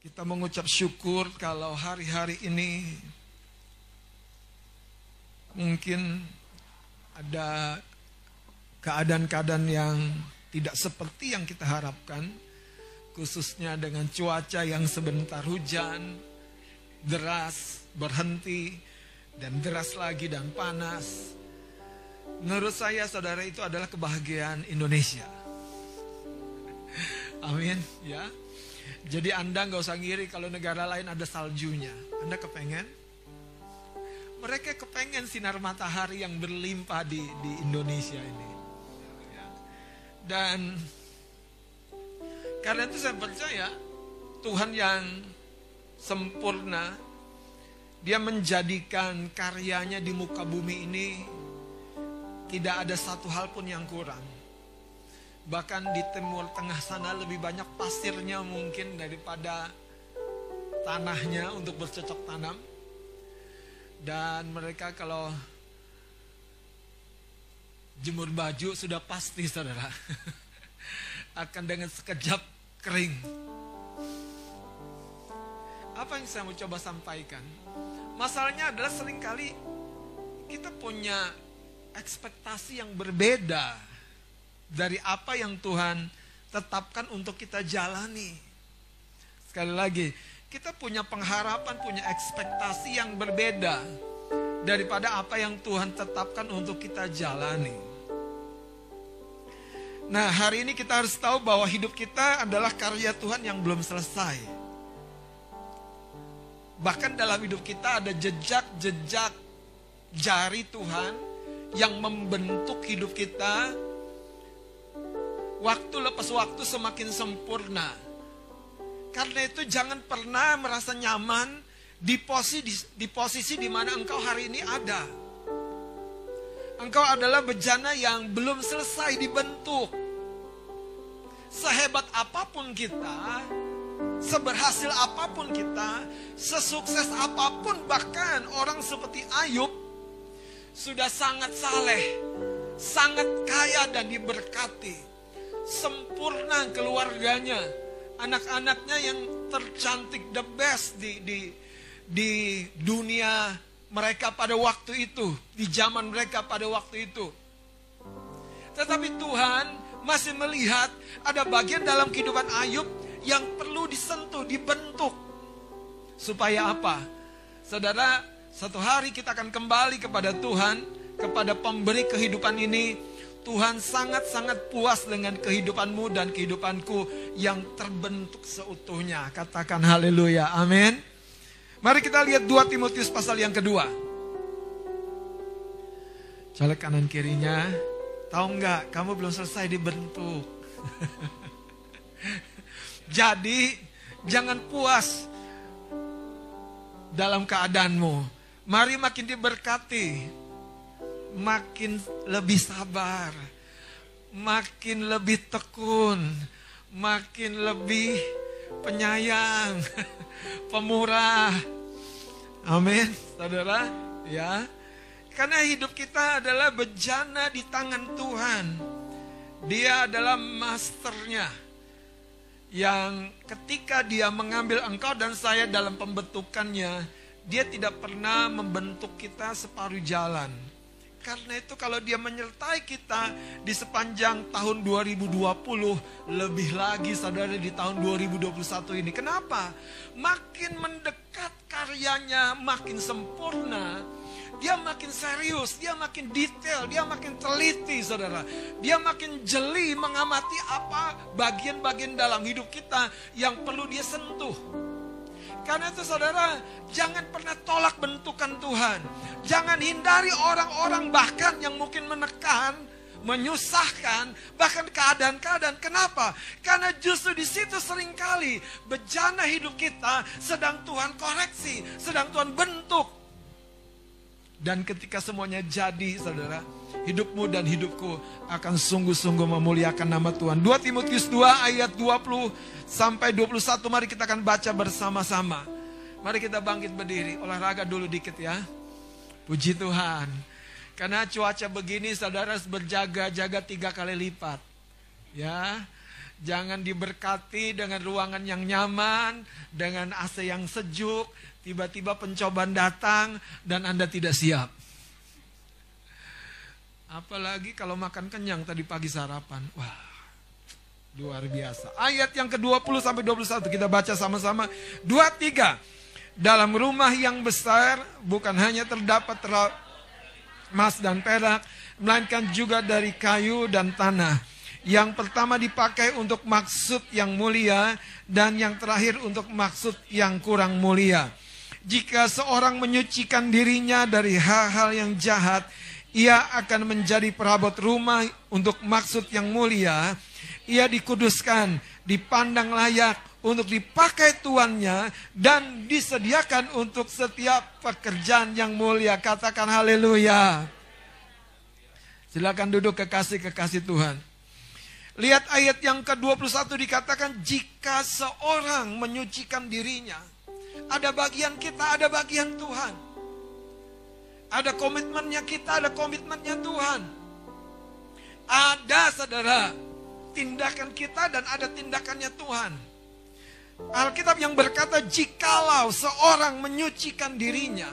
Kita mengucap syukur kalau hari-hari ini mungkin ada keadaan-keadaan yang tidak seperti yang kita harapkan, khususnya dengan cuaca yang sebentar hujan, deras, berhenti, dan deras lagi dan panas. Menurut saya, saudara, itu adalah kebahagiaan Indonesia. Amin, ya. Jadi Anda nggak usah ngiri kalau negara lain ada saljunya. Anda kepengen? Mereka kepengen sinar matahari yang berlimpah di Indonesia ini. Dan karena itu saya percaya Tuhan yang sempurna, Dia menjadikan karyanya di muka bumi ini tidak ada satu hal pun yang kurang. Bahkan di Timur Tengah sana lebih banyak pasirnya mungkin daripada tanahnya untuk bercocok tanam. Dan mereka kalau jemur baju sudah pasti, saudara, akan dengan sekejap kering. Apa yang saya mau coba sampaikan? Masalahnya adalah seringkali kita punya ekspektasi yang berbeda dari apa yang Tuhan tetapkan untuk kita jalani. Sekali lagi, kita punya pengharapan, punya ekspektasi yang berbeda daripada apa yang Tuhan tetapkan untuk kita jalani. Nah, hari ini kita harus tahu bahwa hidup kita adalah karya Tuhan yang belum selesai. Bahkan dalam hidup kita ada jejak-jejak jari Tuhan yang membentuk hidup kita. Waktu lepas waktu semakin sempurna. Karena itu jangan pernah merasa nyaman di posisi di mana engkau hari ini ada. Engkau adalah bejana yang belum selesai dibentuk. Sehebat apapun kita, seberhasil apapun kita, sesukses apapun, bahkan orang seperti Ayub sudah sangat saleh, sangat kaya dan diberkati. Sempurna keluarganya, anak-anaknya yang tercantik, the best di dunia mereka pada waktu itu, di zaman mereka pada waktu itu. Tetapi Tuhan masih melihat ada bagian dalam kehidupan Ayub yang perlu disentuh, dibentuk. Supaya apa? Saudara, satu hari kita akan kembali kepada Tuhan, kepada pemberi kehidupan ini. Tuhan sangat-sangat puas dengan kehidupanmu dan kehidupanku yang terbentuk seutuhnya. Katakan haleluya, amin. Mari kita lihat 2 Timotius pasal yang kedua. Colek kanan kirinya, tahu nggak, kamu belum selesai dibentuk. Jadi jangan puas dalam keadaanmu. Mari makin diberkati, makin lebih sabar, makin lebih tekun, makin lebih penyayang, pemurah. Amin, saudara, ya. Karena hidup kita adalah bejana di tangan Tuhan. Dia adalah masternya, yang ketika Dia mengambil engkau dan saya dalam pembentukannya, Dia tidak pernah membentuk kita separuh jalan. Karena itu kalau Dia menyertai kita di sepanjang tahun 2020, lebih lagi saudara di tahun 2021 ini. Kenapa? Makin mendekat karyanya, makin sempurna. Dia makin serius, Dia makin detail, Dia makin teliti, saudara. Dia makin jeli mengamati apa bagian-bagian dalam hidup kita yang perlu Dia sentuh. Karena itu saudara, jangan pernah tolak bentukan Tuhan. Jangan hindari orang-orang bahkan yang mungkin menekan, menyusahkan, bahkan keadaan-keadaan. Kenapa? Karena justru di situ seringkali bejana hidup kita sedang Tuhan koreksi, sedang Tuhan bentuk. Dan ketika semuanya jadi, saudara, hidupmu dan hidupku akan sungguh-sungguh memuliakan nama Tuhan. 2 Timotius 2 ayat 20 sampai 21, mari kita akan baca bersama-sama. Mari kita bangkit berdiri, olahraga dulu dikit ya. Puji Tuhan. Karena cuaca begini saudara harus berjaga-jaga 3 kali lipat. Ya. Jangan diberkati dengan ruangan yang nyaman, dengan AC yang sejuk, tiba-tiba pencobaan datang dan Anda tidak siap. Apalagi kalau makan kenyang tadi pagi sarapan. Wah, luar biasa. Ayat yang ke-20 sampai 21 kita baca sama-sama. 23. Dalam rumah yang besar bukan hanya terdapat emas dan perak, melainkan juga dari kayu dan tanah. Yang pertama dipakai untuk maksud yang mulia, dan yang terakhir untuk maksud yang kurang mulia. Jika seorang menyucikan dirinya dari hal-hal yang jahat, ia akan menjadi perabot rumah untuk maksud yang mulia. Ia dikuduskan, dipandang layak untuk dipakai tuannya, dan disediakan untuk setiap pekerjaan yang mulia. Katakan haleluya. Silakan duduk kekasih-kekasih Tuhan. Lihat ayat yang ke-21 dikatakan, jika seorang menyucikan dirinya. Ada bagian kita, ada bagian Tuhan. Ada komitmennya kita, ada komitmennya Tuhan. Ada, saudara, tindakan kita dan ada tindakannya Tuhan. Alkitab yang berkata, jikalau seorang menyucikan dirinya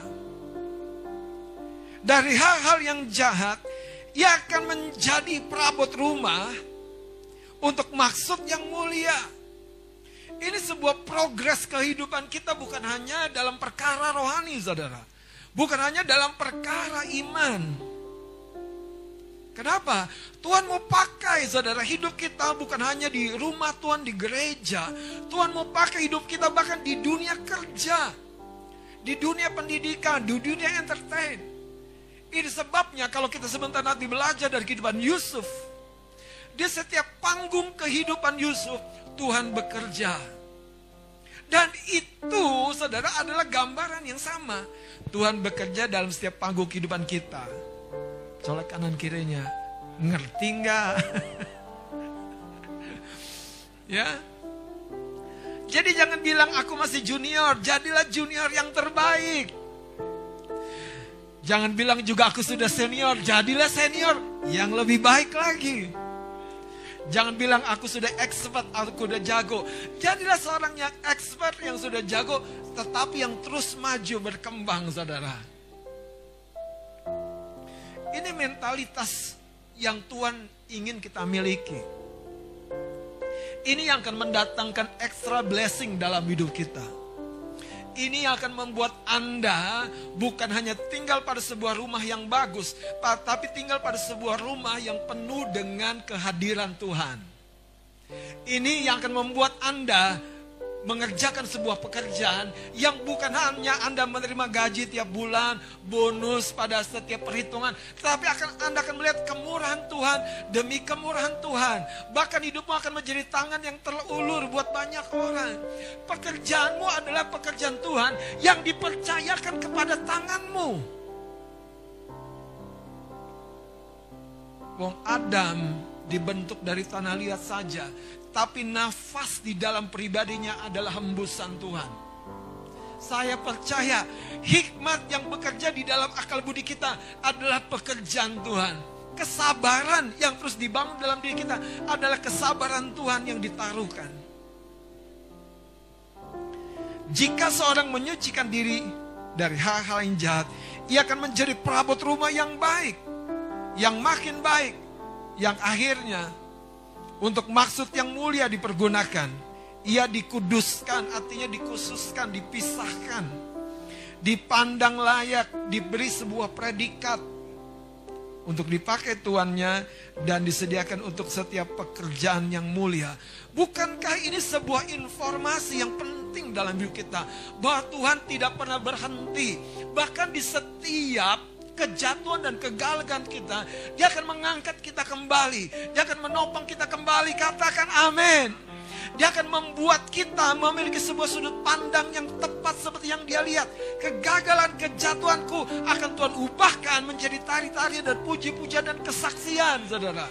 dari hal-hal yang jahat, ia akan menjadi perabot rumah untuk maksud yang mulia. Ini sebuah progres kehidupan kita, bukan hanya dalam perkara rohani, saudara. Bukan hanya dalam perkara iman. Kenapa? Tuhan mau pakai, saudara, hidup kita bukan hanya di rumah Tuhan, di gereja. Tuhan mau pakai hidup kita bahkan di dunia kerja, di dunia pendidikan, di dunia entertain. Ini sebabnya kalau kita sebentar nanti belajar dari kehidupan Yusuf, di setiap panggung kehidupan Yusuf, Tuhan bekerja. Dan itu, saudara, adalah gambaran yang sama. Tuhan bekerja dalam setiap panggung kehidupan kita. Colek kanan kirinya, ngerti nggak? Ya. Jadi jangan bilang aku masih junior, jadilah junior yang terbaik. Jangan bilang juga aku sudah senior, jadilah senior yang lebih baik lagi. Jangan bilang aku sudah expert, aku sudah jago. Jadilah seorang yang expert, yang sudah jago, tetapi yang terus maju berkembang, saudara. Ini mentalitas yang Tuhan ingin kita miliki. Ini yang akan mendatangkan extra blessing dalam hidup kita. Ini yang akan membuat Anda bukan hanya tinggal pada sebuah rumah yang bagus, tapi tinggal pada sebuah rumah yang penuh dengan kehadiran Tuhan. Ini yang akan membuat Anda mengerjakan sebuah pekerjaan yang bukan hanya Anda menerima gaji tiap bulan, bonus pada setiap perhitungan, tetapi Anda akan melihat kemurahan Tuhan demi kemurahan Tuhan. Bahkan hidupmu akan menjadi tangan yang terulur buat banyak orang. Pekerjaanmu adalah pekerjaan Tuhan yang dipercayakan kepada tanganmu. Wong Adam dibentuk dari tanah liat saja, tapi nafas di dalam pribadinya adalah hembusan Tuhan. Saya percaya hikmat yang bekerja di dalam akal budi kita adalah pekerjaan Tuhan. Kesabaran yang terus dibangun dalam diri kita adalah kesabaran Tuhan yang ditaruhkan. Jika seorang menyucikan diri dari hal-hal yang jahat, ia akan menjadi perabot rumah yang baik, yang makin baik, yang akhirnya untuk maksud yang mulia dipergunakan. Ia dikuduskan, artinya dikhususkan, dipisahkan, dipandang layak, diberi sebuah predikat untuk dipakai tuannya dan disediakan untuk setiap pekerjaan yang mulia. Bukankah ini sebuah informasi yang penting dalam hidup kita, bahwa Tuhan tidak pernah berhenti, bahkan di setiap kejatuhan dan kegagalan kita, Dia akan mengangkat kita kembali. Dia akan menopang kita kembali. Katakan amin. Dia akan membuat kita memiliki sebuah sudut pandang yang tepat seperti yang Dia lihat. Kegagalan, kejatuhanku akan Tuhan ubahkan menjadi tari-tarian dan puji-pujian dan kesaksian, saudara.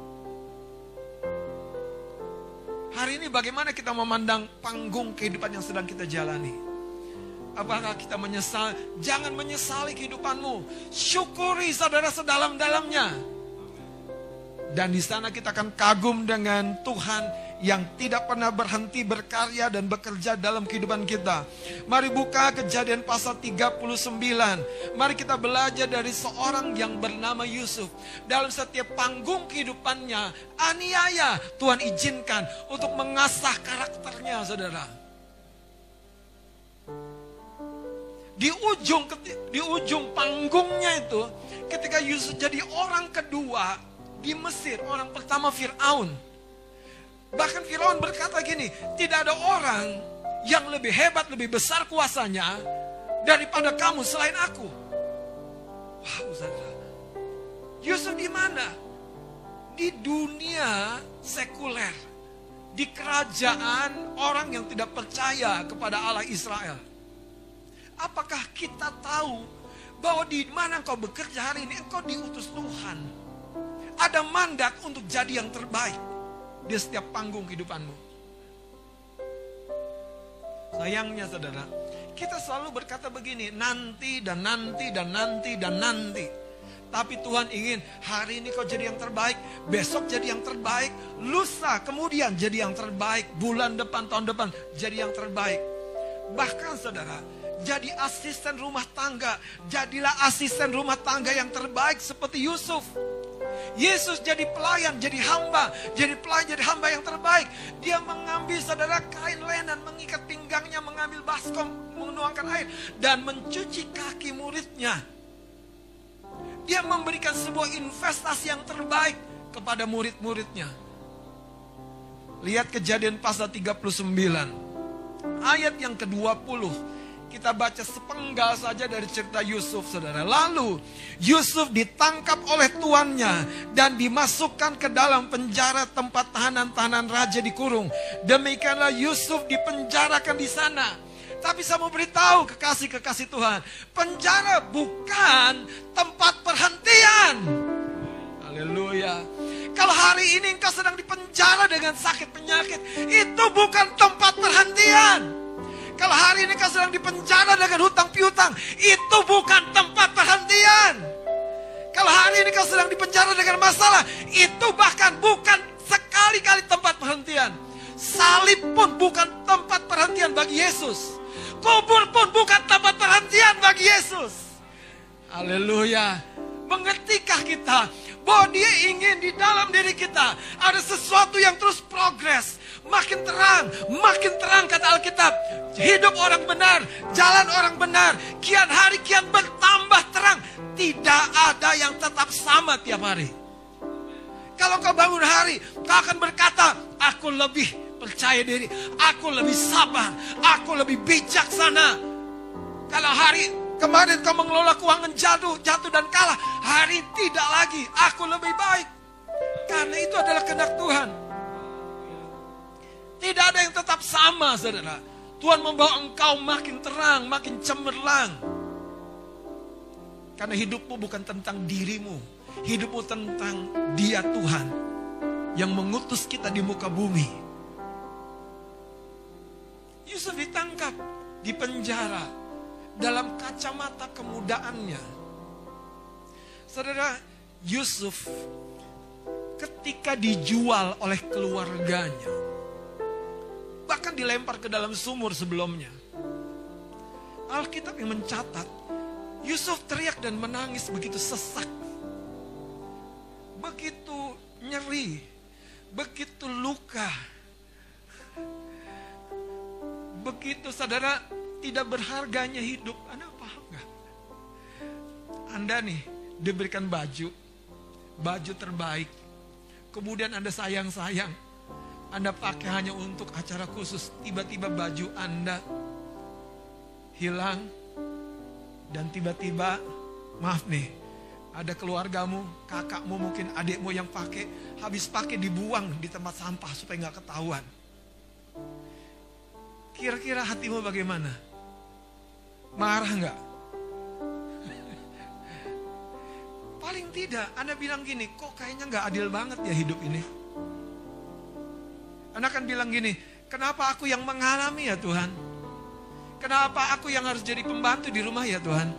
Hari ini bagaimana kita memandang panggung kehidupan yang sedang kita jalani? Apakah kita menyesal? Jangan menyesali kehidupanmu. Syukuri, saudara, sedalam-dalamnya. Dan di sana kita akan kagum dengan Tuhan yang tidak pernah berhenti berkarya dan bekerja dalam kehidupan kita. Mari buka Kejadian pasal 39. Mari kita belajar dari seorang yang bernama Yusuf. Dalam setiap panggung kehidupannya, aniaya Tuhan izinkan untuk mengasah karakternya, saudara. Di ujung panggungnya itu, ketika Yusuf jadi orang kedua di Mesir, orang pertama Fir'aun. Bahkan Fir'aun berkata gini, tidak ada orang yang lebih hebat, lebih besar kuasanya daripada kamu selain aku. Wow, saudara. Yusuf di mana? Di dunia sekuler. Di kerajaan orang yang tidak percaya kepada Allah Israel. Apakah kita tahu bahwa di mana engkau bekerja hari ini, engkau diutus Tuhan. Ada mandat untuk jadi yang terbaik di setiap panggung kehidupanmu. Sayangnya saudara, kita selalu berkata begini, nanti dan nanti dan nanti dan nanti. Tapi Tuhan ingin hari ini kau jadi yang terbaik, besok jadi yang terbaik, lusa kemudian jadi yang terbaik, bulan depan, tahun depan jadi yang terbaik. Bahkan saudara, jadi asisten rumah tangga. Jadilah asisten rumah tangga yang terbaik seperti Yusuf. Yesus jadi pelayan, jadi hamba. Jadi pelayan, jadi hamba yang terbaik. Dia mengambil saudara kain lenan, mengikat pinggangnya, mengambil baskom, menuangkan air. Dan mencuci kaki muridnya. Dia memberikan sebuah investasi yang terbaik kepada murid-muridnya. Lihat Kejadian pasal 39. Ayat yang ke-20. Kita baca sepenggal saja dari cerita Yusuf, saudara. Lalu Yusuf ditangkap oleh tuannya dan dimasukkan ke dalam penjara tempat tahanan-tahanan raja dikurung. Demikianlah Yusuf dipenjarakan di sana. Tapi saya mau beritahu kekasih-kekasih Tuhan, penjara bukan tempat perhentian. Haleluya. Kalau hari ini engkau sedang dipenjara dengan sakit penyakit, itu bukan tempat perhentian. Kalau hari ini kau sedang dipenjara dengan hutang piutang, itu bukan tempat perhentian. Kalau hari ini kau sedang dipenjara dengan masalah, itu bahkan bukan sekali-kali tempat perhentian. Salib pun bukan tempat perhentian bagi Yesus. Kubur pun bukan tempat perhentian bagi Yesus. Haleluya. Mengertikah kita bahwa Dia ingin di dalam diri kita ada sesuatu yang terus progres. Makin terang kata Alkitab. Hidup orang benar, jalan orang benar, kian hari kian bertambah terang. Tidak ada yang tetap sama tiap hari. Kalau kau bangun hari, kau akan berkata, aku lebih percaya diri, aku lebih sabar, aku lebih bijaksana. Kalau hari kemarin kau mengelola keuangan jatuh dan kalah, hari tidak lagi, aku lebih baik. Karena itu adalah kehendak Tuhan. Tidak ada yang tetap sama, saudara. Tuhan membawa engkau makin terang, makin cemerlang. Karena hidupmu bukan tentang dirimu. Hidupmu tentang Dia Tuhan yang mengutus kita di muka bumi. Yusuf ditangkap, dipenjara dalam kacamata kemudaannya. Saudara, Yusuf ketika dijual oleh keluarganya, bahkan dilempar ke dalam sumur sebelumnya. Alkitab yang mencatat, Yusuf teriak dan menangis begitu sesak. Begitu nyeri. Begitu luka. Begitu saudara tidak berharganya hidup. Anda paham gak? Anda nih diberikan baju terbaik. Kemudian Anda sayang-sayang. Anda pakai hanya untuk acara khusus. Tiba-tiba baju Anda hilang. Dan tiba-tiba, maaf nih, ada keluargamu, kakakmu mungkin adikmu yang pakai. Habis pakai dibuang di tempat sampah supaya gak ketahuan. Kira-kira hatimu bagaimana? Marah gak? Paling tidak, Anda bilang gini, kok kayaknya gak adil banget ya hidup ini. Anda akan bilang gini, kenapa aku yang mengalami ya Tuhan? Kenapa aku yang harus jadi pembantu di rumah ya Tuhan?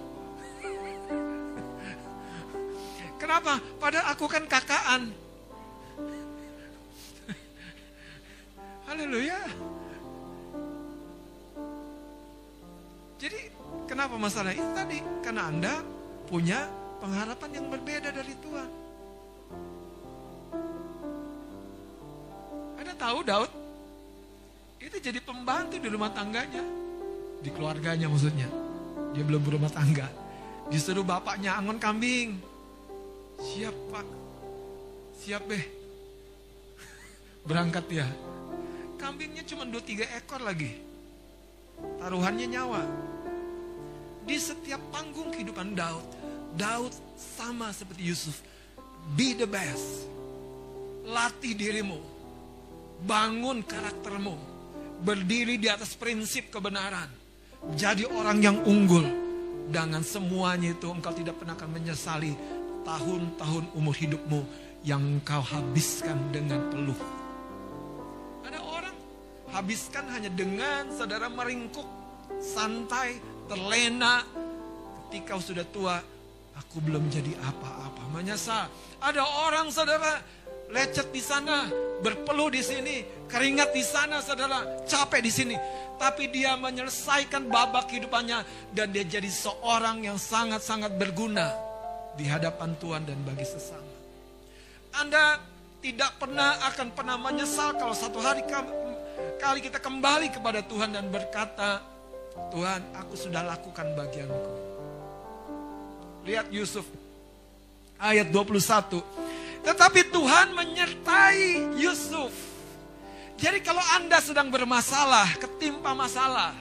Kenapa? Padahal aku kan kakaan. Haleluya. Jadi kenapa masalah itu tadi? Karena Anda punya pengharapan yang berbeda dari Tuhan. Anda tahu Daud itu jadi pembantu di rumah tangganya, di keluarganya maksudnya. Dia belum berumah tangga. Disuruh bapaknya angon kambing. Siap Pak, siap Beh. Berangkat ya. Kambingnya cuma 2-3 ekor lagi. Taruhannya nyawa. Di setiap panggung kehidupan Daud, Daud sama seperti Yusuf. Be the best. Latih dirimu. Bangun karaktermu. Berdiri di atas prinsip kebenaran. Jadi orang yang unggul. Dengan semuanya itu engkau tidak pernah akan menyesali tahun-tahun umur hidupmu yang engkau habiskan dengan peluh. Ada orang habiskan hanya dengan saudara meringkuk, santai, terlena. Ketika sudah tua, aku belum jadi apa-apa, menyesal. Ada orang saudara lecet di sana, berpeluh di sini, keringat di sana saudara, capek di sini. Tapi dia menyelesaikan babak kehidupannya dan dia jadi seorang yang sangat-sangat berguna di hadapan Tuhan dan bagi sesama. Anda tidak akan pernah menyesal kalau satu hari kali kita kembali kepada Tuhan dan berkata, Tuhan, aku sudah lakukan bagianku. Lihat Yusuf ayat 21. Tetapi Tuhan menyertai Yusuf. Jadi kalau Anda sedang bermasalah, ketimpa masalah,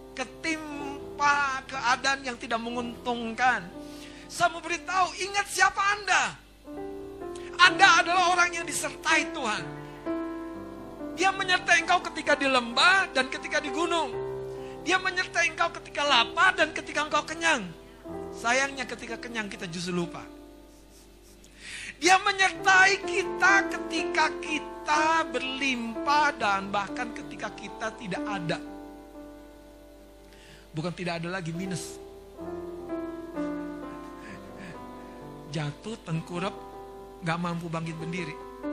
ketimpa keadaan yang tidak menguntungkan, saya mau beritahu, ingat siapa Anda. Anda adalah orang yang disertai Tuhan. Dia menyertai engkau ketika di lembah dan ketika di gunung. Dia menyertai engkau ketika lapar dan ketika engkau kenyang. Sayangnya ketika kenyang kita justru lupa. Dia menyertai kita ketika kita berlimpah dan bahkan ketika kita tidak ada. Bukan tidak ada lagi, minus. Jatuh, tengkurap, gak mampu bangkit berdiri.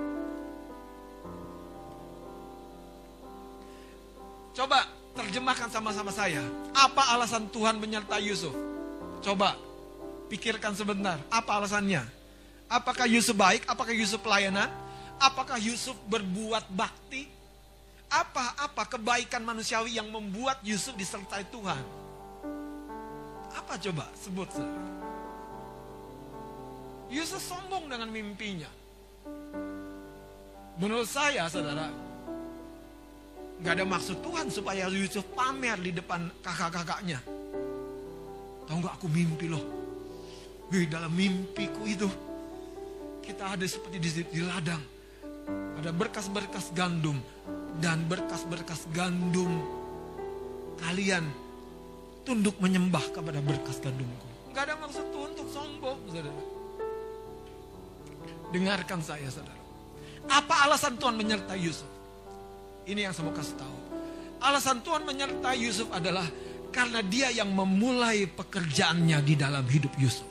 Coba terjemahkan sama-sama saya. Apa alasan Tuhan menyertai Yusuf? Coba pikirkan sebentar. Apa alasannya? Apakah Yusuf baik? Apakah Yusuf pelayanan? Apakah Yusuf berbuat bakti? Apa kebaikan manusiawi yang membuat Yusuf disertai Tuhan? Apa coba sebut? Yusuf sombong dengan mimpinya. Menurut saya saudara, gak ada maksud Tuhan supaya Yusuf pamer di depan kakak-kakaknya. Tahu gak, aku mimpi loh. Wih, dalam mimpiku itu kita ada seperti di ladang. Ada berkas-berkas gandum. Dan berkas-berkas gandum kalian tunduk menyembah kepada berkas gandumku. Gak ada maksud Tuhan untuk sombong, saudara. Dengarkan saya, saudara. Apa alasan Tuhan menyertai Yusuf? Ini yang saya mau kasih tahu. Alasan Tuhan menyertai Yusuf adalah karena dia yang memulai pekerjaannya di dalam hidup Yusuf.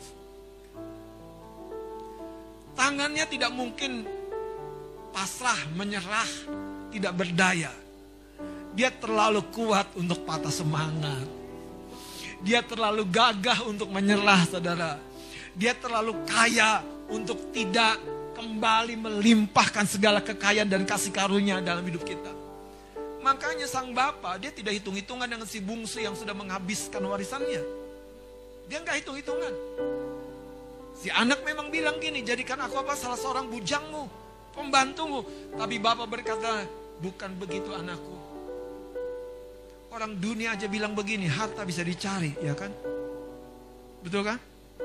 Tangannya tidak mungkin pasrah, menyerah, tidak berdaya. Dia terlalu kuat untuk patah semangat. Dia terlalu gagah untuk menyerah, saudara. Dia terlalu kaya untuk tidak kembali melimpahkan segala kekayaan dan kasih karunia dalam hidup kita. Makanya sang bapak, dia tidak hitung-hitungan dengan si bungsu yang sudah menghabiskan warisannya. Dia nggak hitung-hitungan. Si anak memang bilang gini, jadikan aku apa, salah seorang bujangmu, pembantumu. Tapi bapak berkata, bukan begitu anakku. Orang dunia aja bilang begini, harta bisa dicari, ya kan? Betul kan?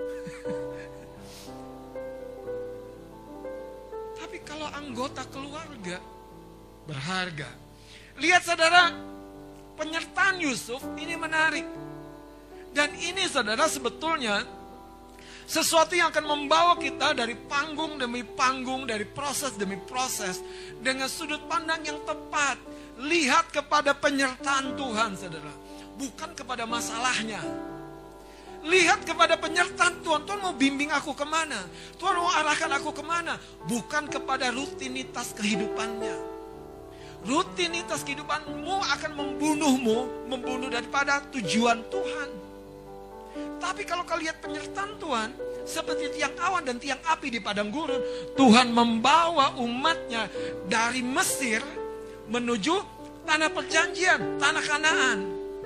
Tapi kalau anggota keluarga, berharga. Lihat saudara, penyertaan Yusuf ini menarik. Dan ini saudara sebetulnya sesuatu yang akan membawa kita dari panggung demi panggung, dari proses demi proses, dengan sudut pandang yang tepat. Lihat kepada penyertaan Tuhan, saudara. Bukan kepada masalahnya. Lihat kepada penyertaan Tuhan. Tuhan mau bimbing aku kemana? Tuhan mau arahkan aku kemana? Bukan kepada rutinitas kehidupannya. Rutinitas kehidupanmu akan membunuh daripada tujuan Tuhan. Tapi kalau kau lihat penyertaan Tuhan, seperti tiang awan dan tiang api di padang gurun, Tuhan membawa umatnya dari Mesir menuju tanah perjanjian, tanah Kanaan.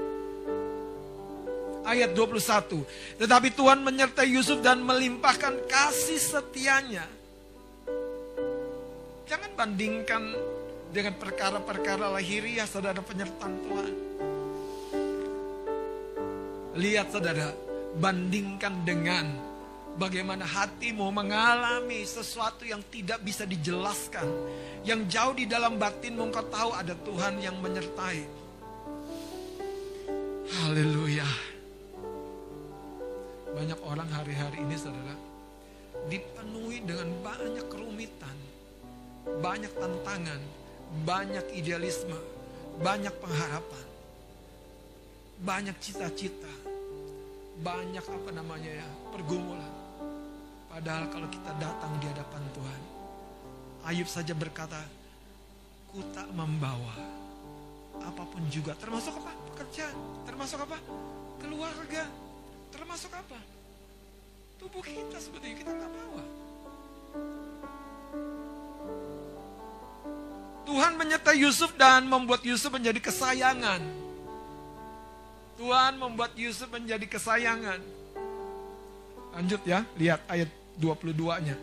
Ayat 21. Tetapi Tuhan menyertai Yusuf dan melimpahkan kasih setianya. Jangan bandingkan dengan perkara-perkara lahiriah, saudara, penyertaan Tuhan. Lihat, saudara, bandingkan dengan bagaimana hatimu mengalami sesuatu yang tidak bisa dijelaskan, yang jauh di dalam batinmu engkau tahu ada Tuhan yang menyertai. Haleluya. Banyak orang hari-hari ini, saudara, dipenuhi dengan banyak kerumitan, banyak tantangan, banyak idealisme, banyak pengharapan, banyak cita-cita, banyak pergumulan. Padahal kalau kita datang di hadapan Tuhan, Ayub saja berkata, ku tak membawa apapun juga, termasuk apa? Pekerjaan, termasuk apa? Keluarga, termasuk apa? Tubuh kita sebetulnya kita nggak bawa. Tuhan menyertai Yusuf dan membuat Yusuf menjadi kesayangan. Tuhan membuat Yusuf menjadi kesayangan. Lanjut ya, lihat ayat 22-nya.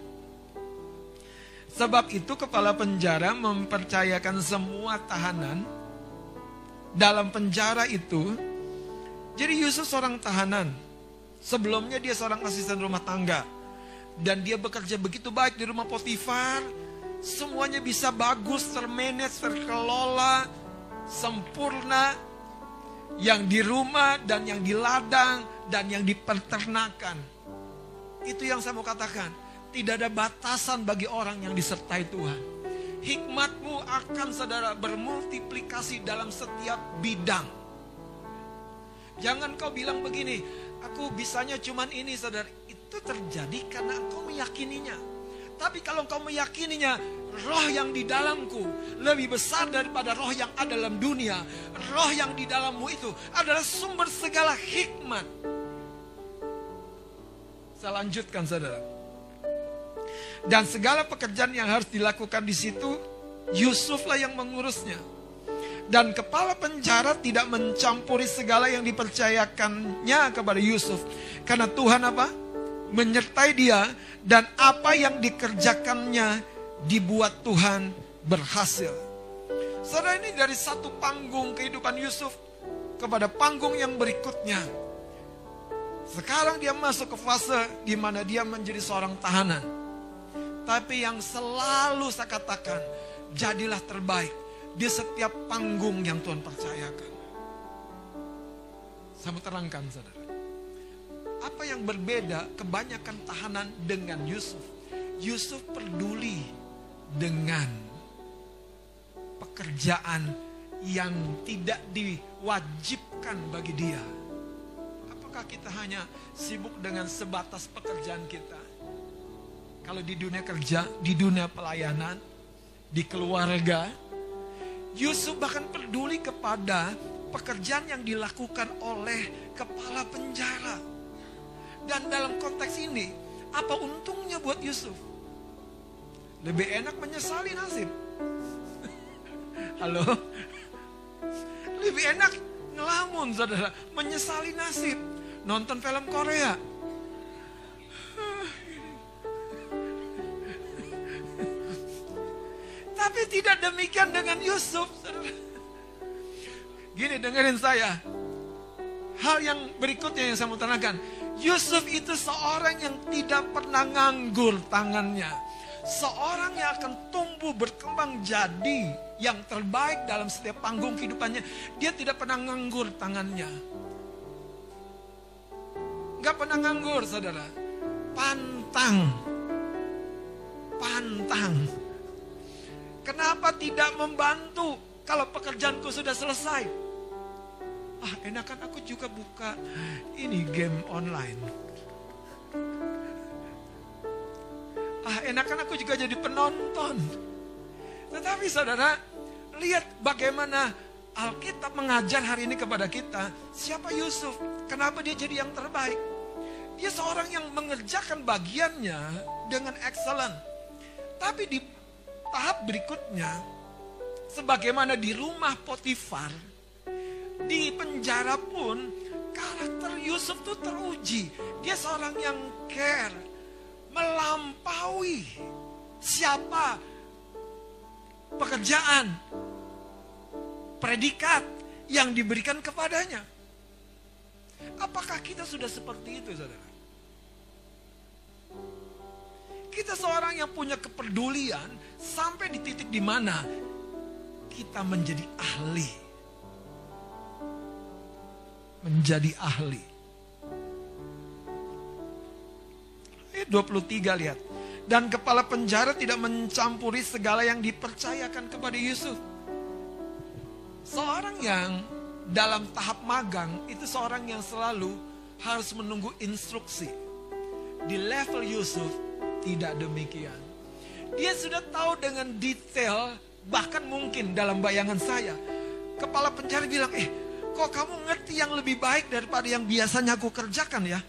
Sebab itu kepala penjara mempercayakan semua tahanan dalam penjara itu. Jadi Yusuf seorang tahanan. Sebelumnya dia seorang asisten rumah tangga. Dan dia bekerja begitu baik di rumah Potifar. Semuanya bisa bagus, termanage, terkelola, sempurna. Yang di rumah dan yang di ladang dan yang di peternakan. Itu yang saya mau katakan. Tidak ada batasan bagi orang yang disertai Tuhan. Hikmatmu akan, saudara, bermultiplikasi dalam setiap bidang. Jangan kau bilang begini, aku bisanya cuman ini, saudara. Itu terjadi karena engkau meyakininya. Tapi kalau engkau meyakininya, roh yang di dalamku lebih besar daripada roh yang ada dalam dunia. Roh yang di dalammu itu adalah sumber segala hikmat. Saya lanjutkan, saudara. Dan segala pekerjaan yang harus dilakukan di situ, Yusuflah yang mengurusnya. Dan kepala penjara tidak mencampuri segala yang dipercayakannya kepada Yusuf. Karena Tuhan apa? Menyertai dia, dan apa yang dikerjakannya dibuat Tuhan berhasil. Saudara, ini dari satu panggung kehidupan Yusuf kepada panggung yang berikutnya. Sekarang dia masuk ke fase di mana dia menjadi seorang tahanan. Tapi yang selalu saya katakan, jadilah terbaik di setiap panggung yang Tuhan percayakan. Saya mau terangkan, saudara. Apa yang berbeda kebanyakan tahanan dengan Yusuf? Yusuf peduli dengan pekerjaan yang tidak diwajibkan bagi dia. Apakah kita hanya sibuk dengan sebatas pekerjaan kita? Kalau di dunia kerja, di dunia pelayanan, di keluarga, Yusuf bahkan peduli kepada pekerjaan yang dilakukan oleh kepala penjara. Dan dalam konteks ini, apa untungnya buat Yusuf? Lebih enak menyesali nasib. Halo? Lebih enak ngelamun, saudara, menyesali nasib. Nonton film Korea. Tapi tidak demikian dengan Yusuf, saudara. Gini, dengerin saya. Hal yang berikutnya yang saya mau terangkan. Yusuf itu seorang yang tidak pernah nganggur tangannya. Seorang yang akan tumbuh berkembang jadi yang terbaik dalam setiap panggung kehidupannya. Dia tidak pernah nganggur tangannya. Gak pernah nganggur, saudara. Pantang. Kenapa tidak membantu kalau pekerjaanku sudah selesai? Enakan aku juga buka ini game online. Enakan aku juga jadi penonton. Tetapi saudara, Lihat bagaimana Alkitab mengajar hari ini kepada kita. Siapa Yusuf? Kenapa dia jadi yang terbaik? Dia seorang yang mengerjakan bagiannya dengan excellent. Tapi di tahap berikutnya, sebagaimana di rumah Potifar, di penjara pun karakter Yusuf itu teruji. Dia seorang yang care, melampaui siapa, pekerjaan, predikat yang diberikan kepadanya. Apakah kita sudah seperti itu, saudara? Kita seorang yang punya kepedulian sampai di titik di mana kita menjadi ahli. Menjadi ahli. Ayat 23 lihat. Dan kepala penjara tidak mencampuri segala yang dipercayakan kepada Yusuf. Seorang yang dalam tahap magang itu seorang yang selalu harus menunggu instruksi. Di level Yusuf tidak demikian. Dia sudah tahu dengan detail, bahkan mungkin dalam bayangan saya, kepala penjara bilang, kok kamu ngerti yang lebih baik daripada yang biasanya aku kerjakan ya?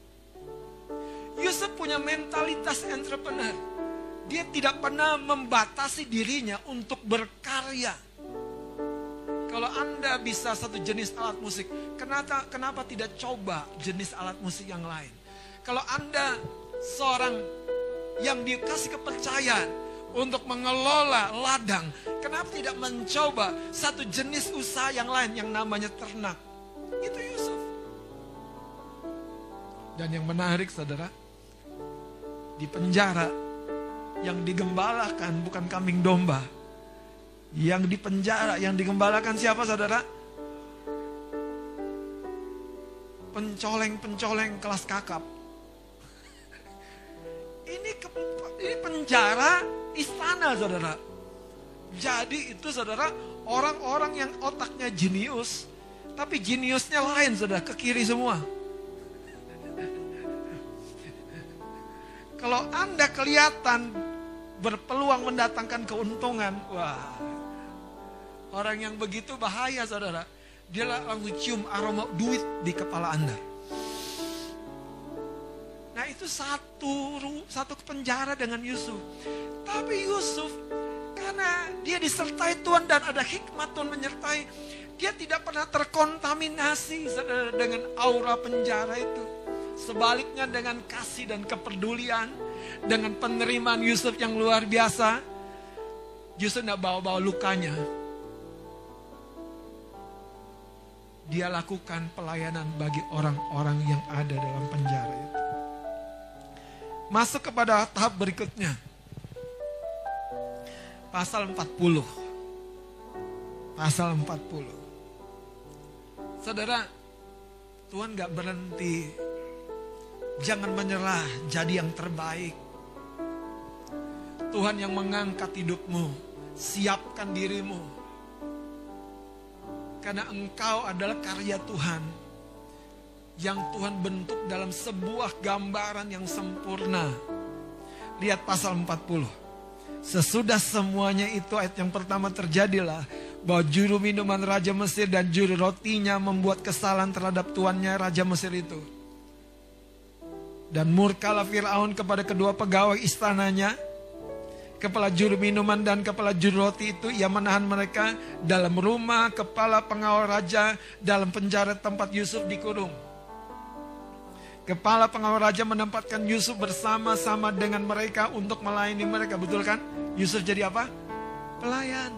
Yusuf punya mentalitas entrepreneur. Dia tidak pernah membatasi dirinya untuk berkarya. Kalau Anda bisa satu jenis alat musik, kenapa tidak coba jenis alat musik yang lain? Kalau Anda seorang yang dikasih kepercayaan untuk mengelola ladang, kenapa tidak mencoba satu jenis usaha yang lain yang namanya ternak? Itu Yusuf. Dan yang menarik, saudara, di penjara yang digembalakan bukan kambing domba. Yang di penjara, yang digembalakan siapa, saudara? Pencoleng-pencoleng kelas kakap. Ini penjara istana, saudara. Jadi itu, saudara, orang-orang yang otaknya jenius, tapi jeniusnya lain, saudara, ke kiri semua. Kalau Anda kelihatan berpeluang mendatangkan keuntungan, wah, orang yang begitu bahaya, saudara. Dia langsung cium aroma duit di kepala Anda. Nah, itu satu penjara dengan Yusuf. Tapi Yusuf, karena dia disertai Tuhan dan ada hikmat Tuhan menyertai, dia tidak pernah terkontaminasi dengan aura penjara itu. Sebaliknya dengan kasih dan kepedulian, dengan penerimaan Yusuf yang luar biasa, Yusuf tidak bawa-bawa lukanya. Dia lakukan pelayanan bagi orang-orang yang ada dalam penjara itu. Masuk kepada tahap berikutnya. Pasal 40. Pasal 40. Saudara, Tuhan gak berhenti. Jangan menyerah, jadi yang terbaik. Tuhan yang mengangkat hidupmu. Siapkan dirimu. Karena engkau adalah karya Tuhan. Yang Tuhan bentuk dalam sebuah gambaran yang sempurna. Lihat pasal 40. Sesudah semuanya itu, ayat yang pertama, terjadilah bahwa juru minuman Raja Mesir dan juru rotinya membuat kesalahan terhadap tuannya Raja Mesir itu. Dan murkalah Firaun kepada kedua pegawai istananya, kepala juru minuman dan kepala juru roti itu. Ia menahan mereka dalam rumah kepala pengawal raja, dalam penjara tempat Yusuf dikurung. Kepala pengawal raja menempatkan Yusuf bersama-sama dengan mereka untuk melayani mereka. Betul kan? Yusuf jadi apa? Pelayan.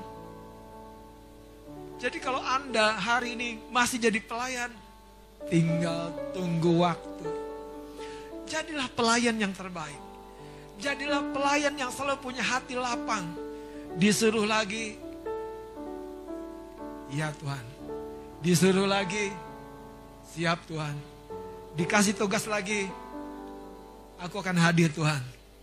Jadi kalau Anda hari ini masih jadi pelayan, tinggal tunggu waktu. Jadilah pelayan yang terbaik. Jadilah pelayan yang selalu punya hati lapang. Disuruh lagi, ya Tuhan. Disuruh lagi, siap Tuhan. Dikasih tugas lagi, aku akan hadir Tuhan.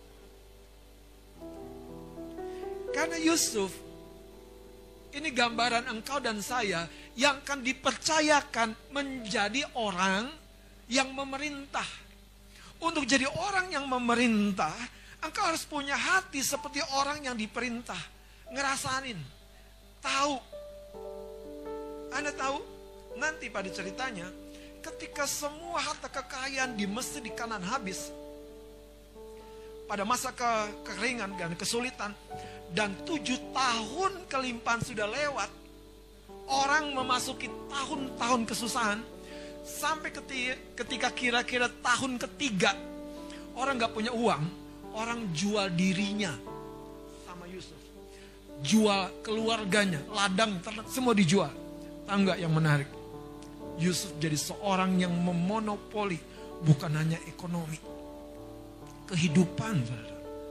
Karena Yusuf, ini gambaran engkau dan saya yang akan dipercayakan menjadi orang yang memerintah. Untuk jadi orang yang memerintah, engkau harus punya hati seperti orang yang diperintah. Ngerasain. Anda tahu, nanti pada ceritanya, ketika semua harta kekayaan di Mesir di Kanaan habis, pada masa kekeringan dan kesulitan, dan 7 tahun kelimpahan sudah lewat, orang memasuki tahun-tahun kesusahan, sampai ketika kira-kira tahun ketiga, orang gak punya uang, orang jual dirinya sama Yusuf. Jual keluarganya, ladang, ternak, semua dijual. Tahu gak yang menarik? Yusuf jadi seorang yang memonopoli bukan hanya ekonomi, kehidupan, saudara.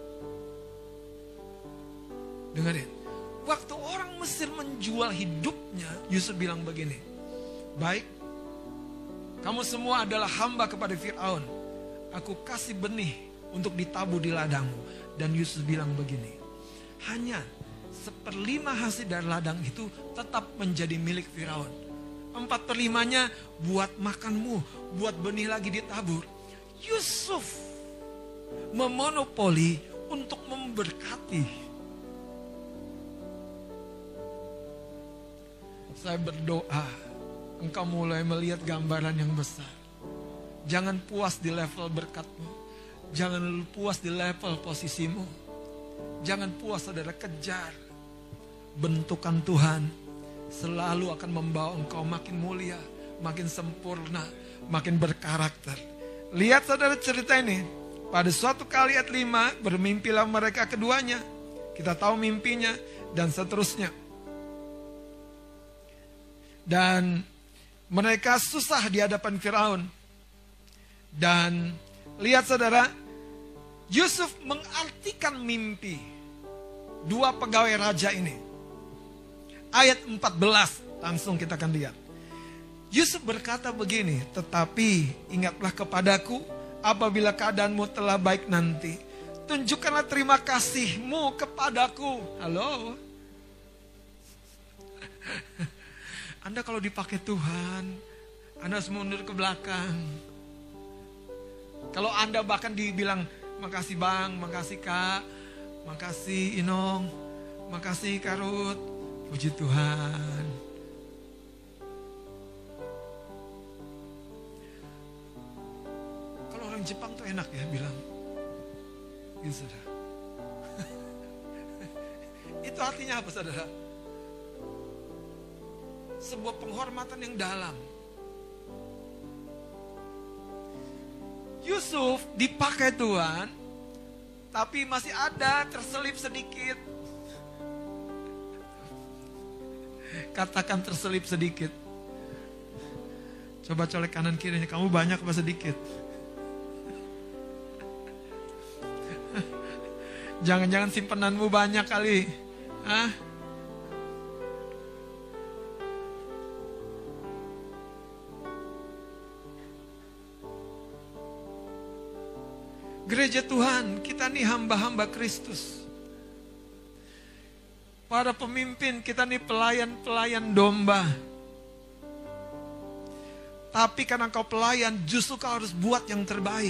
Dengarin, waktu orang Mesir menjual hidupnya, Yusuf bilang begini, baik, kamu semua adalah hamba kepada Fir'aun. Aku kasih benih untuk ditabur di ladangmu. Dan Yusuf bilang begini, hanya 1/5 hasil dari ladang itu tetap menjadi milik Fir'aun. 4/5-nya buat makanmu, buat benih lagi ditabur. Yusuf memonopoli untuk memberkati. Saya berdoa, engkau mulai melihat gambaran yang besar. Jangan puas di level berkatmu. Jangan puas di level posisimu. Jangan puas, saudara, kejar. Bentukan Tuhan selalu akan membawa engkau makin mulia, makin sempurna, makin berkarakter. Lihat, saudara, cerita ini. Pada suatu kali ayat 5, bermimpilah mereka keduanya. Kita tahu mimpinya dan seterusnya. Dan mereka susah di hadapan Firaun. Dan lihat, saudara, Yusuf mengartikan mimpi 2 pegawai raja ini. Ayat 14 langsung kita akan lihat. Yusuf berkata begini, tetapi ingatlah kepadaku apabila keadaanmu telah baik nanti. Tunjukkanlah terima kasihmu kepadaku. Halo? Anda kalau dipakai Tuhan, Anda harus mundur ke belakang. Kalau Anda bahkan dibilang, makasih Bang, makasih Kak, makasih Inong, makasih Karut, puji Tuhan. Kalau orang Jepang tuh enak ya bilang, gitu saudara. Itu artinya apa, saudara? Sebuah penghormatan yang dalam. Yusuf dipakai Tuhan, tapi masih ada terselip sedikit. Katakan terselip sedikit. Coba colek kanan kirinya, kamu banyak apa sedikit? Jangan-jangan simpenanmu banyak kali. Hah? Gereja Tuhan, kita nih hamba-hamba Kristus. Para pemimpin, kita nih pelayan-pelayan domba. Tapi karena kau pelayan, justru kau harus buat yang terbaik.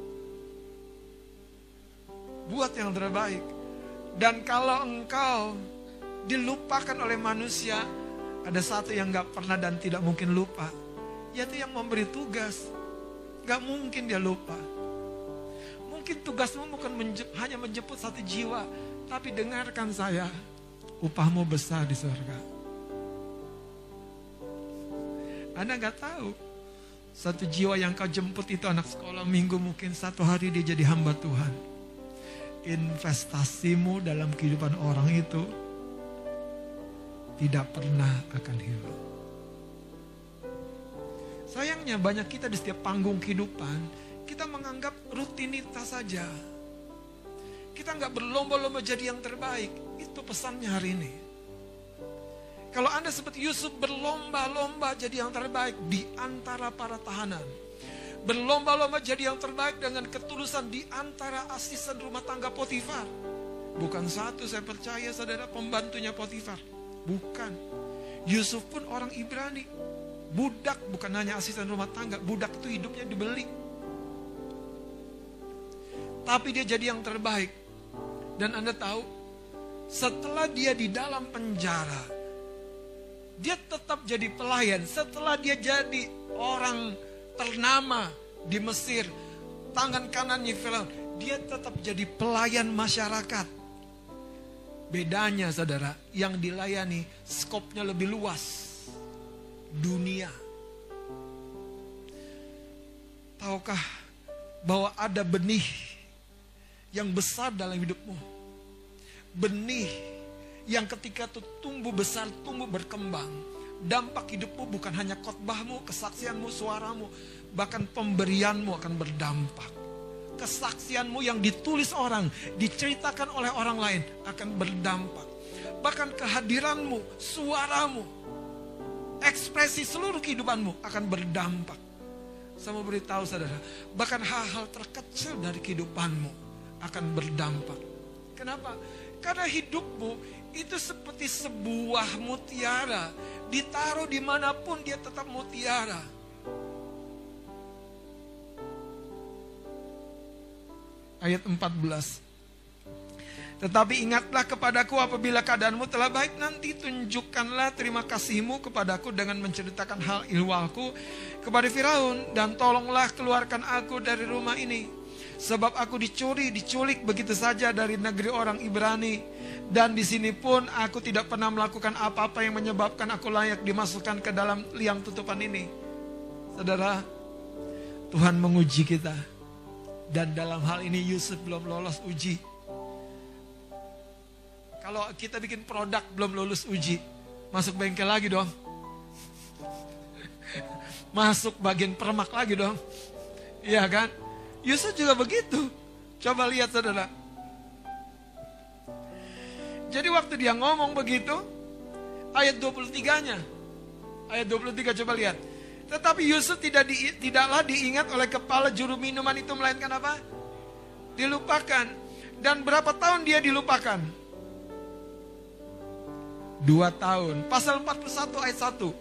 Buat yang terbaik. Dan kalau engkau dilupakan oleh manusia, ada satu yang gak pernah dan tidak mungkin lupa, yaitu yang memberi tugas. Gak mungkin dia lupa. Mungkin tugasmu bukan hanya menjemput satu jiwa, tapi dengarkan saya, upahmu besar di surga. Anda gak tahu, satu jiwa yang kau jemput itu anak sekolah minggu, mungkin satu hari dia jadi hamba Tuhan. Investasimu dalam kehidupan orang itu tidak pernah akan hilang. Sayangnya banyak kita di setiap panggung kehidupan, kita menganggap rutinitas saja. Kita nggak berlomba-lomba jadi yang terbaik. Itu pesannya hari ini. Kalau Anda seperti Yusuf berlomba-lomba jadi yang terbaik di antara para tahanan. Berlomba-lomba jadi yang terbaik dengan ketulusan di antara asisten rumah tangga Potifar. Bukan satu, saya percaya saudara, pembantunya Potifar. Bukan. Yusuf pun orang Ibrani. Budak, bukan hanya asisten rumah tangga. Budak itu hidupnya dibeli. Tapi dia jadi yang terbaik. Dan Anda tahu, setelah dia di dalam penjara, Dia tetap jadi pelayan. Setelah dia jadi orang ternama di Mesir, tangan kanannya Firaun, dia tetap jadi pelayan masyarakat. Bedanya saudara, yang dilayani skopnya lebih luas. Dunia. Tahukah bahwa ada benih yang besar dalam hidupmu? Benih yang ketika itu tumbuh besar, tumbuh berkembang. Dampak hidupmu bukan hanya khotbahmu, kesaksianmu, suaramu, bahkan pemberianmu akan berdampak. Kesaksianmu yang ditulis orang, diceritakan oleh orang lain akan berdampak. Bahkan kehadiranmu, suaramu, ekspresi seluruh kehidupanmu akan berdampak. Saya mau beritahu saudara, bahkan hal-hal terkecil dari kehidupanmu akan berdampak. Kenapa? Karena hidupmu itu seperti sebuah mutiara. Ditaruh dimanapun dia tetap mutiara. Ayat 14. Tetapi ingatlah kepadaku apabila keadaanmu telah baik, nanti tunjukkanlah terima kasihmu kepadaku dengan menceritakan hal ihwalku kepada Firaun, dan tolonglah keluarkan aku dari rumah ini. Sebab aku diculik begitu saja dari negeri orang Ibrani, dan di sini pun aku tidak pernah melakukan apa-apa yang menyebabkan aku layak dimasukkan ke dalam liang tutupan ini. Saudara, Tuhan menguji kita, dan dalam hal ini Yusuf belum lolos uji. Kalau kita bikin produk belum lulus uji, masuk bengkel lagi dong. Masuk bagian permak lagi dong. Iya kan? Yusuf juga begitu. Coba lihat saudara. Jadi waktu dia ngomong begitu, ayat 23-nya. Ayat 23 coba lihat. Tetapi Yusuf tidaklah diingat oleh kepala juru minuman itu, melainkan apa? Dilupakan. Dan berapa tahun dia dilupakan? 2 tahun. Pasal 41 ayat 1.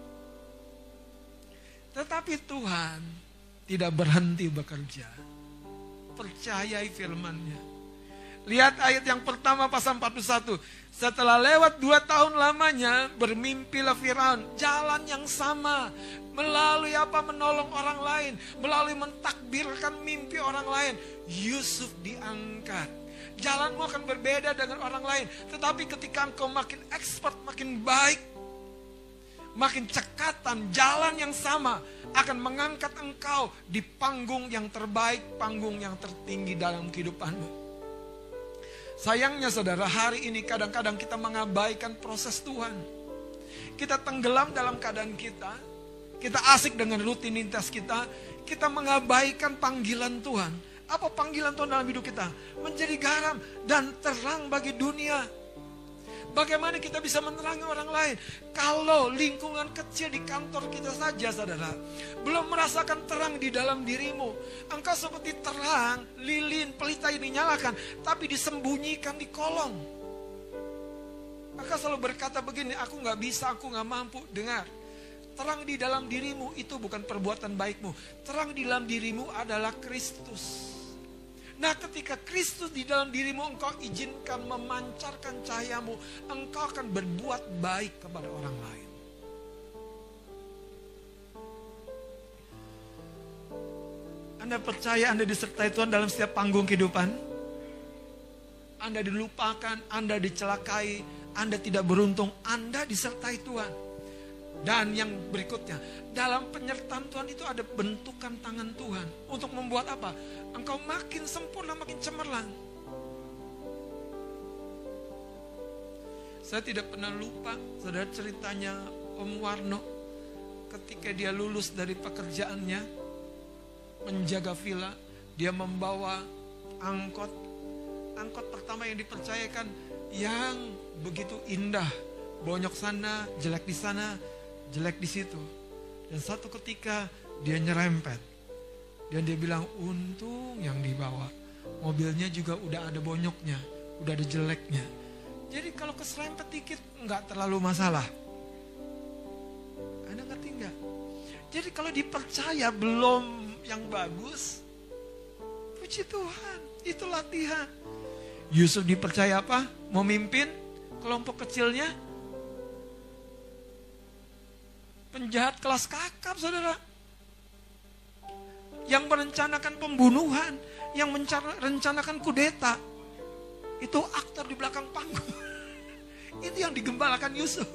Tetapi Tuhan tidak berhenti bekerja. Percayai firman-Nya. Lihat ayat yang pertama pasal 41. Setelah lewat 2 tahun lamanya, bermimpilah Firaun. Jalan yang sama. Melalui apa? Menolong orang lain. Melalui mentakbirkan mimpi orang lain. Yusuf diangkat. Jalanmu akan berbeda dengan orang lain. Tetapi ketika engkau makin expert, makin baik, makin cekatan, jalan yang sama akan mengangkat engkau di panggung yang terbaik, panggung yang tertinggi dalam kehidupanmu. Sayangnya saudara, hari ini kadang-kadang kita mengabaikan proses Tuhan. Kita tenggelam dalam keadaan kita. Kita asik dengan rutinitas kita. Kita mengabaikan panggilan Tuhan. Apa panggilan Tuhan dalam hidup kita? Menjadi garam dan terang bagi dunia. Bagaimana kita bisa menerangi orang lain? Kalau lingkungan kecil di kantor kita saja saudara, belum merasakan terang di dalam dirimu. Engkau seperti terang, lilin, pelita yang dinyalakan, tapi disembunyikan di kolong. Maka selalu berkata begini, aku gak bisa, aku gak mampu. Dengar, terang di dalam dirimu itu bukan perbuatan baikmu. Terang di dalam dirimu adalah Kristus. Nah, ketika Kristus di dalam dirimu, engkau izinkan memancarkan cahayamu, engkau akan berbuat baik kepada orang lain. Anda percaya Anda disertai Tuhan dalam setiap panggung kehidupan? Anda dilupakan, Anda dicelakai, Anda tidak beruntung, Anda disertai Tuhan. Dan yang berikutnya, dalam penyertaan Tuhan itu ada bentukan tangan Tuhan. Untuk membuat apa? Engkau makin sempurna, makin cemerlang. Saya tidak pernah lupa, saudara, ceritanya Om Warno. Ketika dia lulus dari pekerjaannya, menjaga villa, dia membawa angkot. Angkot pertama yang dipercayakan, yang begitu indah. Bonyok sana, jelek di sana, jelek di situ. Dan satu ketika dia nyerempet. Dan dia bilang, untung yang dibawa. Mobilnya juga udah ada bonyoknya, udah ada jeleknya. Jadi kalau keserempet dikit, nggak terlalu masalah. Anda ngerti nggak? Jadi kalau dipercaya belum yang bagus, puji Tuhan, itu latihan. Yusuf dipercaya apa? Mau mimpin kelompok kecilnya. penjahat kelas kakap, saudara. Yang merencanakan pembunuhan, yang merencanakan kudeta. Itu aktor di belakang panggung. Itu yang digembalakan Yusuf.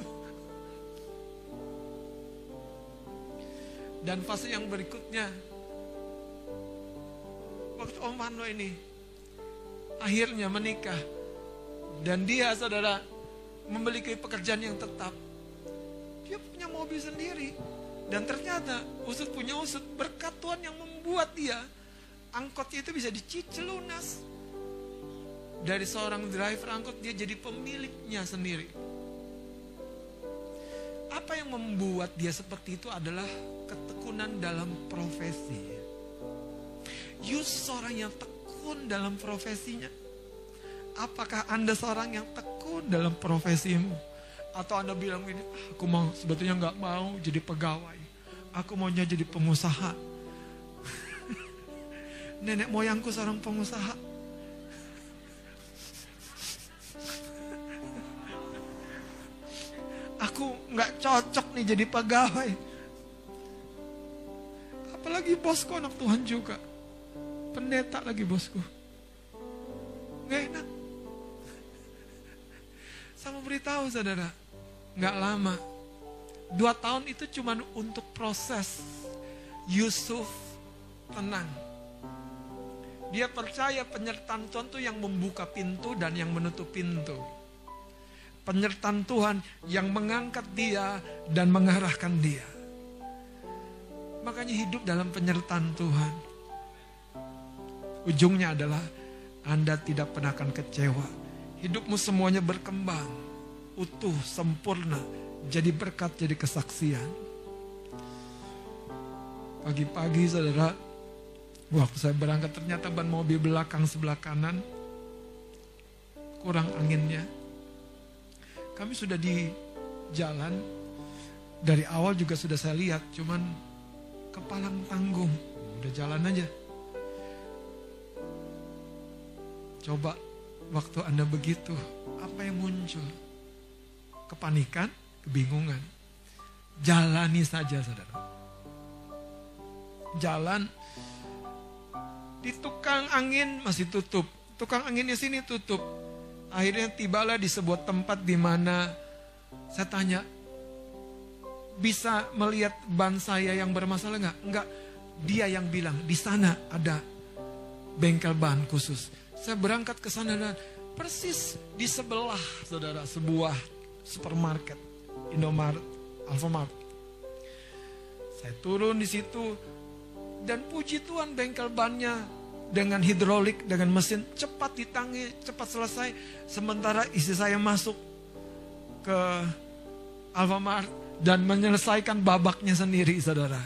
Dan fase yang berikutnya, waktu Om Mano ini akhirnya menikah, dan dia, saudara, memiliki pekerjaan yang tetap. Dia punya mobil sendiri. Dan ternyata usut punya usut, berkat Tuhan yang membuat dia, angkotnya itu bisa dicicil lunas. Dari seorang driver angkot, dia jadi pemiliknya sendiri. Apa yang membuat dia seperti itu adalah ketekunan dalam profesi. Yusuf seorang yang tekun dalam profesinya. Apakah Anda seorang yang tekun dalam profesimu? Atau Anda bilang ini, aku mau sebetulnya nggak mau jadi pegawai. Aku maunya jadi pengusaha. Nenek moyangku seorang pengusaha. Aku nggak cocok nih jadi pegawai. Apalagi bosku anak Tuhan juga. Pendeta lagi bosku. Nggak enak. Saya mau beritahu, saudara, nggak lama. 2 tahun itu cuma untuk proses. Yusuf tenang. Dia percaya penyertaan Tuhan itu yang membuka pintu dan yang menutup pintu. Penyertaan Tuhan yang mengangkat dia dan mengarahkan dia. Makanya hidup dalam penyertaan Tuhan. Ujungnya adalah Anda tidak pernah akan kecewa. Hidupmu semuanya berkembang, utuh, sempurna, jadi berkat, jadi kesaksian. Pagi-pagi, saudara, waktu saya berangkat ternyata ban mobil belakang sebelah kanan kurang anginnya. Kami sudah di jalan, dari awal juga sudah saya lihat, cuman kepalang tanggung, udah jalan aja. Coba waktu Anda begitu, apa yang muncul? Kepanikan, kebingungan. Jalani saja, saudara. Jalan, di tukang angin masih tutup. Tukang anginnya sini tutup. Akhirnya tibalah di sebuah tempat di mana saya tanya, bisa melihat ban saya yang bermasalah nggak? Enggak. Dia yang bilang, di sana ada bengkel ban khusus. Saya berangkat ke sana dan persis di sebelah, saudara, sebuah supermarket, Indomaret, Alfamart. Saya turun di situ dan puji Tuhan bengkel bannya dengan hidrolik, dengan mesin cepat ditangani, cepat selesai. Sementara istri saya masuk ke Alfamart dan menyelesaikan babaknya sendiri, saudara.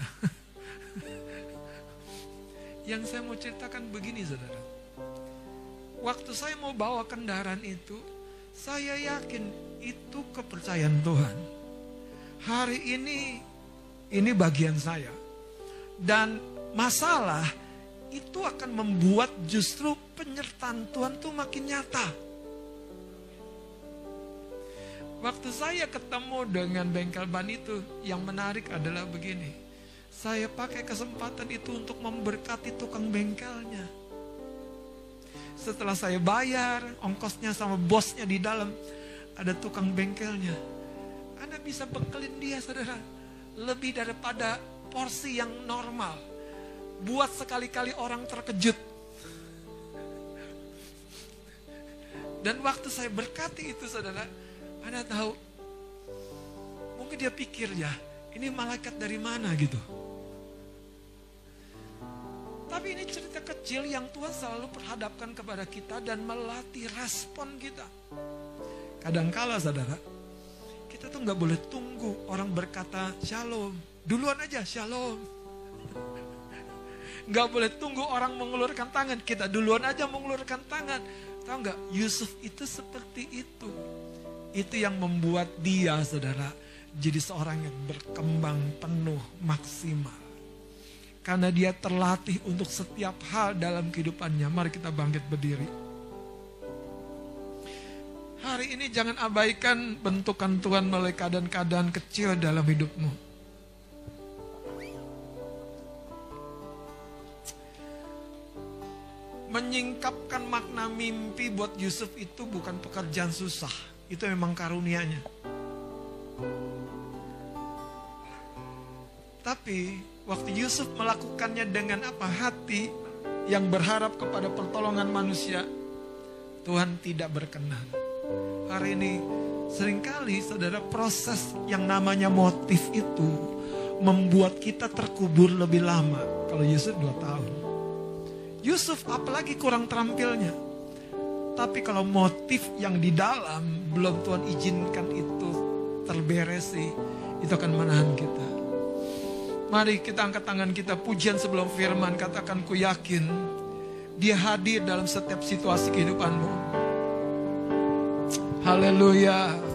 Yang saya mau ceritakan begini, saudara. Waktu saya mau bawa kendaraan itu, saya yakin itu kepercayaan Tuhan. Hari ini bagian saya. Dan masalah itu akan membuat justru penyertaan Tuhan tuh makin nyata. Waktu saya ketemu dengan bengkel ban itu, yang menarik adalah begini. Saya pakai kesempatan itu untuk memberkati tukang bengkelnya. Setelah saya bayar ongkosnya sama bosnya di dalam, ada tukang bengkelnya. Anda bisa bekelin dia, saudara, lebih daripada porsi yang normal. Buat sekali-kali orang terkejut. Dan waktu saya berkati itu, saudara, Anda tahu, mungkin dia pikir ya, ini malaikat dari mana gitu. Tapi ini cerita kecil yang Tuhan selalu perhadapkan kepada kita dan melatih respon kita. Kadangkala, saudara, kita tuh gak boleh tunggu orang berkata shalom. Duluan aja shalom. Gak boleh tunggu orang mengulurkan tangan, kita duluan aja mengulurkan tangan. Tahu gak, Yusuf itu seperti itu. Itu yang membuat dia, saudara, jadi seorang yang berkembang penuh, maksimal. Karena dia terlatih untuk setiap hal dalam kehidupannya. Mari kita bangkit berdiri. Hari ini jangan abaikan bentukan Tuhan melalui keadaan-keadaan kecil dalam hidupmu. Menyingkapkan makna mimpi buat Yusuf itu bukan pekerjaan susah. Itu memang karunia-Nya. Tapi waktu Yusuf melakukannya dengan hati yang berharap kepada pertolongan manusia, Tuhan tidak berkenan. Hari ini seringkali saudara, proses yang namanya motif itu membuat kita terkubur lebih lama. Kalau Yusuf 2 tahun. Yusuf apalagi kurang terampilnya. Tapi kalau motif yang di dalam belum Tuhan izinkan itu terberesi, itu akan menahan kita. Mari kita angkat tangan kita, pujian sebelum firman. Katakan, ku yakin Dia hadir dalam setiap situasi kehidupanmu. Haleluya.